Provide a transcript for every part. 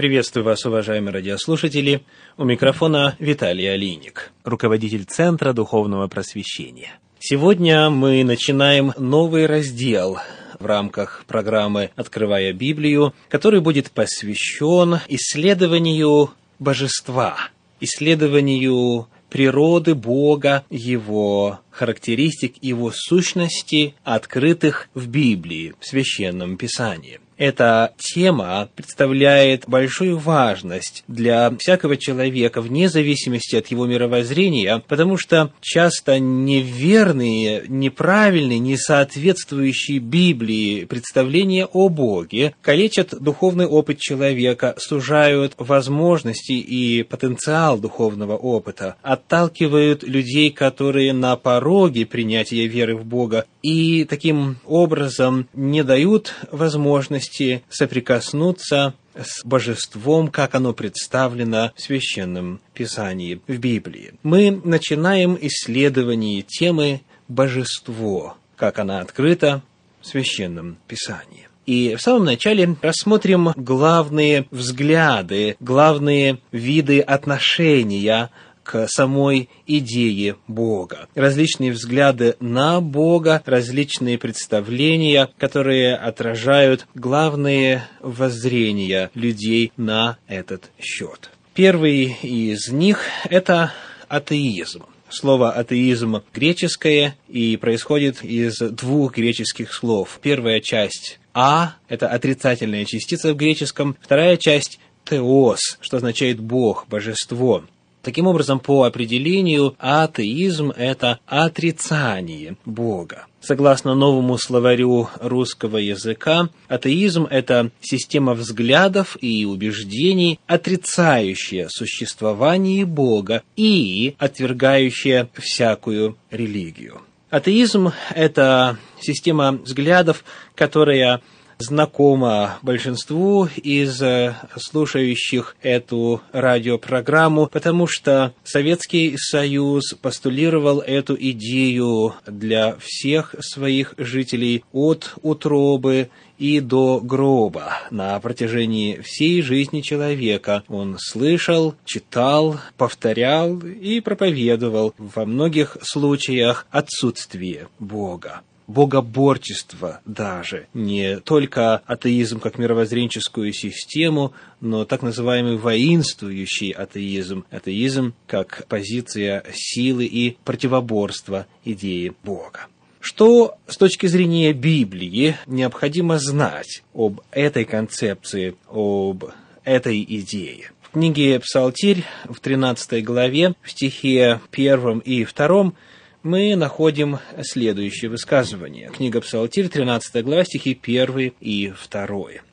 Приветствую вас, уважаемые радиослушатели. У микрофона Виталий Алиник, руководитель Центра Духовного Просвещения. Сегодня мы начинаем новый раздел в рамках программы «Открывая Библию», который будет посвящен исследованию божества, исследованию природы Бога, Его характеристик, Его сущности, открытых в Библии, в Священном Писании. Эта тема представляет большую важность для всякого человека, вне зависимости от его мировоззрения, потому что часто неверные, неправильные, несоответствующие Библии представления о Боге калечат духовный опыт человека, сужают возможности и потенциал духовного опыта, отталкивают людей, которые на пороге принятия веры в Бога, и таким образом не дают возможности соприкоснуться с божеством, как оно представлено в Священном Писании, в Библии. Мы начинаем исследование темы «Божество», как она открыта в Священном Писании. И в самом начале рассмотрим главные взгляды, главные виды отношения к самой идее Бога. Различные взгляды на Бога, различные представления, которые отражают главные воззрения людей на этот счет. Первый из них – это атеизм. Слово «атеизм» греческое и происходит из двух греческих слов. Первая часть «а» – это отрицательная частица в греческом, вторая часть «теос», что означает «бог», «божество». Таким образом, по определению, атеизм – это отрицание Бога. Согласно новому словарю русского языка, атеизм – это система взглядов и убеждений, отрицающая существование Бога и отвергающая всякую религию. Атеизм – это система взглядов, которая знакома большинству из слушающих эту радиопрограмму, потому что Советский Союз постулировал эту идею для всех своих жителей от утробы и до гроба на протяжении всей жизни человека. Он слышал, читал, повторял и проповедовал во многих случаях отсутствие Бога. Богоборчество даже, не только атеизм как мировоззренческую систему, но так называемый воинствующий атеизм, атеизм как позиция силы и противоборства идеи Бога. Что с точки зрения Библии необходимо знать об этой концепции, об этой идее? В книге «Псалтирь» в 13 главе, в стихе 1 и 2 мы находим следующее высказывание. Книга «Псалтирь», 13 глава, стихи 1 и 2.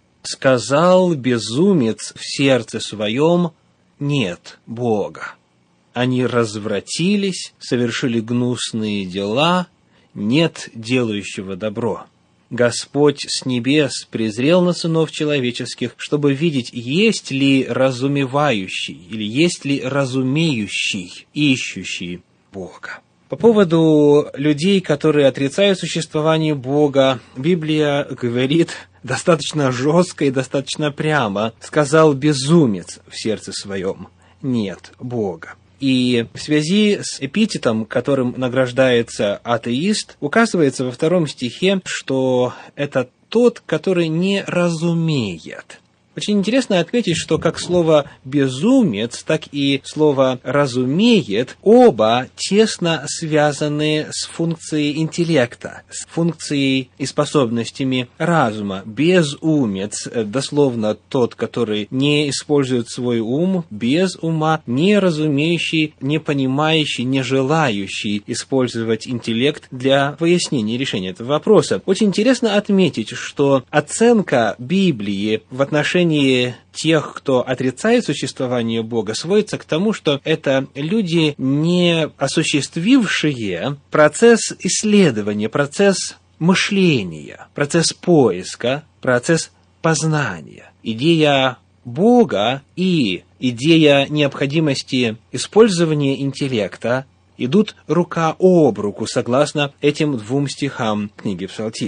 «Сказал безумец в сердце своем: нет Бога. Они развратились, совершили гнусные дела, нет делающего добро. Господь с небес презрел на сынов человеческих, чтобы видеть, есть ли разумевающий или есть ли разумеющий, ищущий Бога». По поводу людей, которые отрицают существование Бога, Библия говорит достаточно жестко и достаточно прямо: «Сказал безумец в сердце своем: нет Бога». И в связи с эпитетом, которым награждается атеист, указывается во 2 стихе, что это тот, который не разумеет. Очень интересно отметить, что как слово «безумец», так и слово «разумеет» оба тесно связаны с функцией интеллекта, с функцией и способностями разума. Безумец, дословно тот, который не использует свой ум, без ума, не разумеющий, не понимающий, не желающий использовать интеллект для выяснения решения этого вопроса. Очень интересно отметить, что оценка Библии в отношении тех, кто отрицает существование Бога, сводится к тому, что это люди, не осуществившие процесс исследования, процесс мышления, процесс поиска, процесс познания. Идея Бога и идея необходимости использования интеллекта идут рука об руку, согласно этим 2 стихам книги «Псалтирь».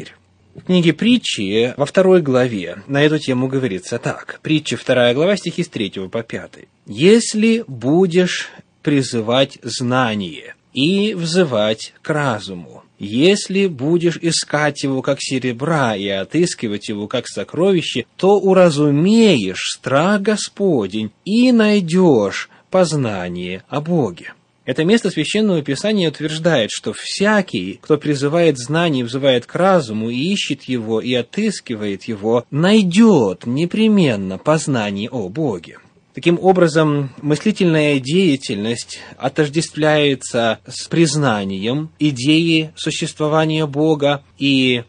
В книге «Притчи» во 2 главе на эту тему говорится так. Притчи, 2 глава, стихи с 3 по 5. «Если будешь призывать знание и взывать к разуму, если будешь искать его, как серебра, и отыскивать его, как сокровище, то уразумеешь страх Господень и найдешь познание о Боге». Это место Священного Писания утверждает, что всякий, кто призывает знание, взывает к разуму, и ищет его, и отыскивает его, найдет непременно познание о Боге. Таким образом, мыслительная деятельность отождествляется с признанием идеи существования Бога, и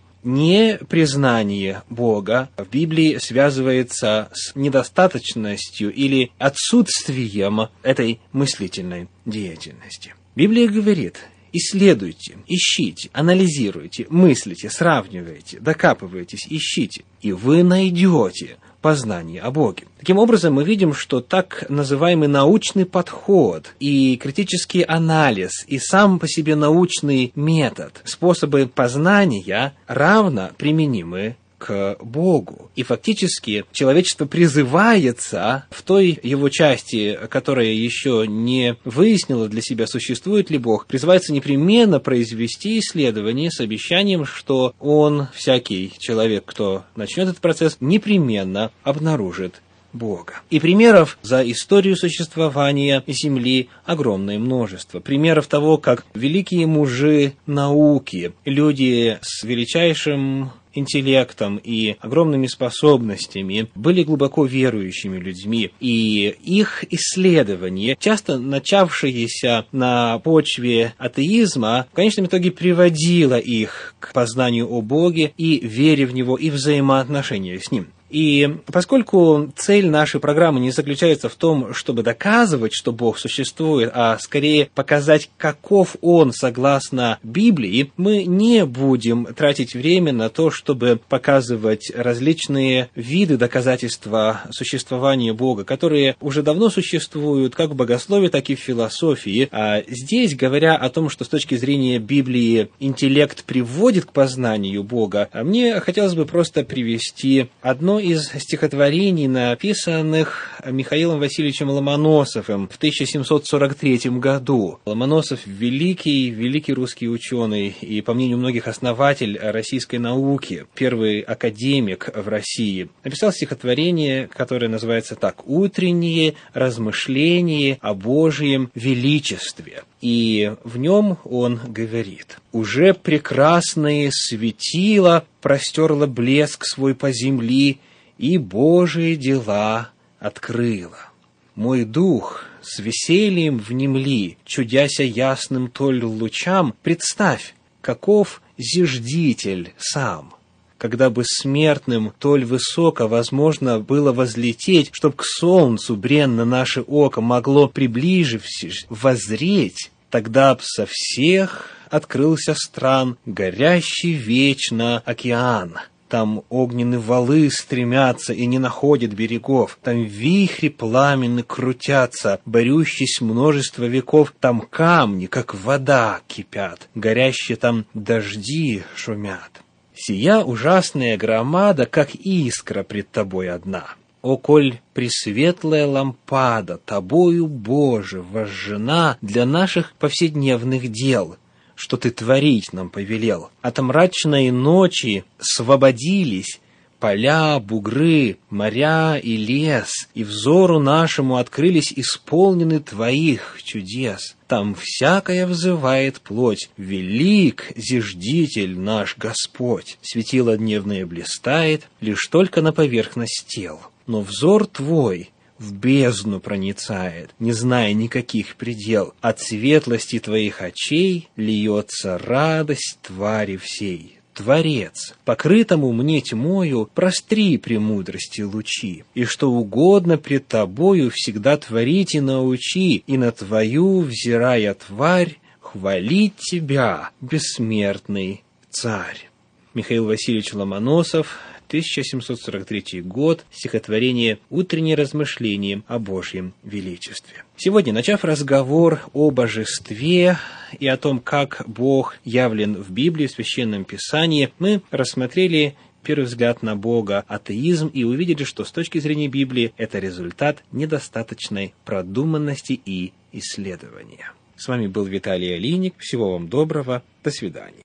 непризнание Бога в Библии связывается с недостаточностью или отсутствием этой мыслительной деятельности. Библия говорит: исследуйте, ищите, анализируйте, мыслите, сравнивайте, докапывайтесь, ищите, и вы найдете познание о Боге. Таким образом, мы видим, что так называемый научный подход и критический анализ, и сам по себе научный метод, способы познания равно применимы к Богу. И фактически человечество призывается в той его части, которая еще не выяснила для себя, существует ли Бог, призывается непременно произвести исследование с обещанием, что он, всякий человек, кто начнет этот процесс, непременно обнаружит Бога. И примеров за историю существования Земли огромное множество. Примеров того, как великие мужи науки, люди с величайшим интеллектом и огромными способностями, были глубоко верующими людьми, и их исследования, часто начавшиеся на почве атеизма, в конечном итоге приводило их к познанию о Боге и вере в Него, и взаимоотношения с Ним. И поскольку цель нашей программы не заключается в том, чтобы доказывать, что Бог существует, а скорее показать, каков Он согласно Библии, мы не будем тратить время на то, чтобы показывать различные виды доказательства существования Бога, которые уже давно существуют как в богословии, так и в философии. А здесь, говоря о том, что с точки зрения Библии интеллект приводит к познанию Бога, мне хотелось бы просто привести одно из стихотворений, написанных Михаилом Васильевичем Ломоносовым в 1743 году. Ломоносов – великий русский ученый и, по мнению многих, основатель российской науки, первый академик в России. Написал стихотворение, которое называется так: «Утренние размышления о Божьем величестве». И в нем он говорит: «Уже прекрасное светило простерло блеск свой по земли, и Божие дела открыло. Мой дух с весельем внемли, чудяся ясным толь лучам, представь, каков зиждитель сам. Когда бы смертным толь высоко возможно было возлететь, чтоб к солнцу бренно наше око могло, приближившись, воззреть, тогда б со всех открылся стран горящий вечно океан. Там огненные валы стремятся и не находят берегов. Там вихри пламенны крутятся, борющись множество веков. Там камни, как вода, кипят, горящие там дожди шумят. Сия ужасная громада, как искра пред тобой одна. О, коль пресветлая лампада, тобою, Боже, возжжена для наших повседневных дел, что ты творить нам повелел. От мрачной ночи освободились поля, бугры, моря и лес, и взору нашему открылись исполнены твоих чудес. Там всякая взывает плоть, велик зиждитель наш Господь. Светило дневное блистает лишь только на поверхность тел, но взор твой в бездну проницает, не зная никаких предел. От светлости твоих очей льется радость твари всей. Творец, покрытому мне тьмою, простри премудрости лучи, и что угодно пред тобою всегда творить и научи, и на твою, взирая тварь, хвалить тебя, бессмертный царь. Михаил Васильевич Ломоносов, 1743 год, стихотворение «Утренние размышления о Божьем величестве». Сегодня, начав разговор о божестве и о том, как Бог явлен в Библии, в Священном Писании, мы рассмотрели первый взгляд на Бога, атеизм, и увидели, что с точки зрения Библии это результат недостаточной продуманности и исследования. С вами был Виталий Алиник. Всего вам доброго. До свидания.